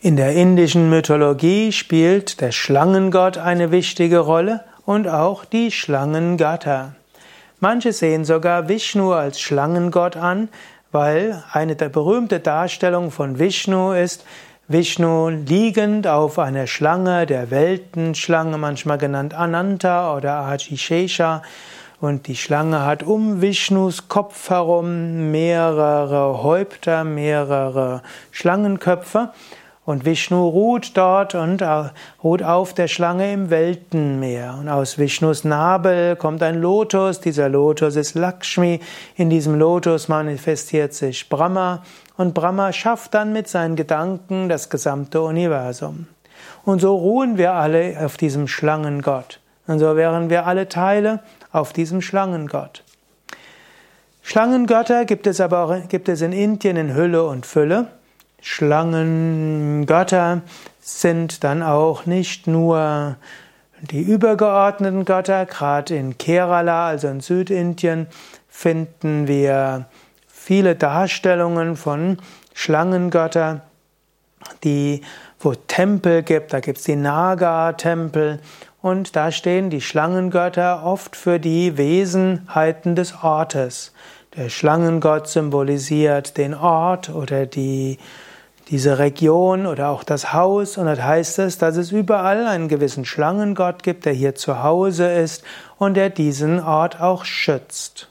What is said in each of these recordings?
In der indischen Mythologie spielt der Schlangengott eine wichtige Rolle und auch die Schlangengötter. Manche sehen sogar Vishnu als Schlangengott an, weil eine der berühmten Darstellungen von Vishnu ist Vishnu liegend auf einer Schlange, der Weltenschlange, manchmal genannt Ananta oder Ajishesha. Und die Schlange hat um Vishnus Kopf herum mehrere Häupter, mehrere Schlangenköpfe. Und Vishnu ruht dort und ruht auf der Schlange im Weltenmeer. Und aus Vishnus Nabel kommt ein Lotus. Dieser Lotus ist Lakshmi. In diesem Lotus manifestiert sich Brahma. Und Brahma schafft dann mit seinen Gedanken das gesamte Universum. Und so ruhen wir alle auf diesem Schlangengott. Und so wären wir alle Teile auf diesem Schlangengott. Schlangengötter gibt es in Indien in Hülle und Fülle. Schlangengötter sind dann auch nicht nur die übergeordneten Götter. Gerade in Kerala, also in Südindien, finden wir viele Darstellungen von Schlangengöttern, wo Tempel gibt. Da gibt es die Naga-Tempel und da stehen die Schlangengötter oft für die Wesenheiten des Ortes. Der Schlangengott symbolisiert den Ort oder diese Region oder auch das Haus, und das heißt es, dass es überall einen gewissen Schlangengott gibt, der hier zu Hause ist und der diesen Ort auch schützt.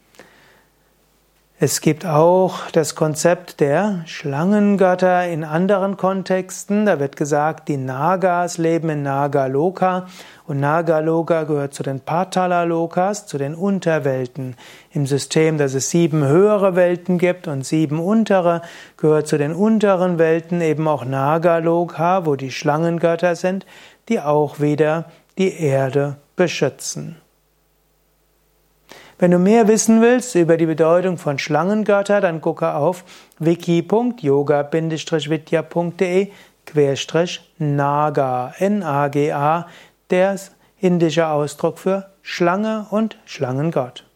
Es gibt auch das Konzept der Schlangengötter in anderen Kontexten. Da wird gesagt, die Nagas leben in Nagaloka und Nagaloka gehört zu den Patala-Lokas, zu den Unterwelten. Im System, dass es 7 höhere Welten gibt und 7 untere, gehört zu den unteren Welten eben auch Nagaloka, wo die Schlangengötter sind, die auch wieder die Erde beschützen. Wenn du mehr wissen willst über die Bedeutung von Schlangengötter, dann gucke auf wiki.yoga-vidya.de/Naga, N-A-G-A, der indische Ausdruck für Schlange und Schlangengott.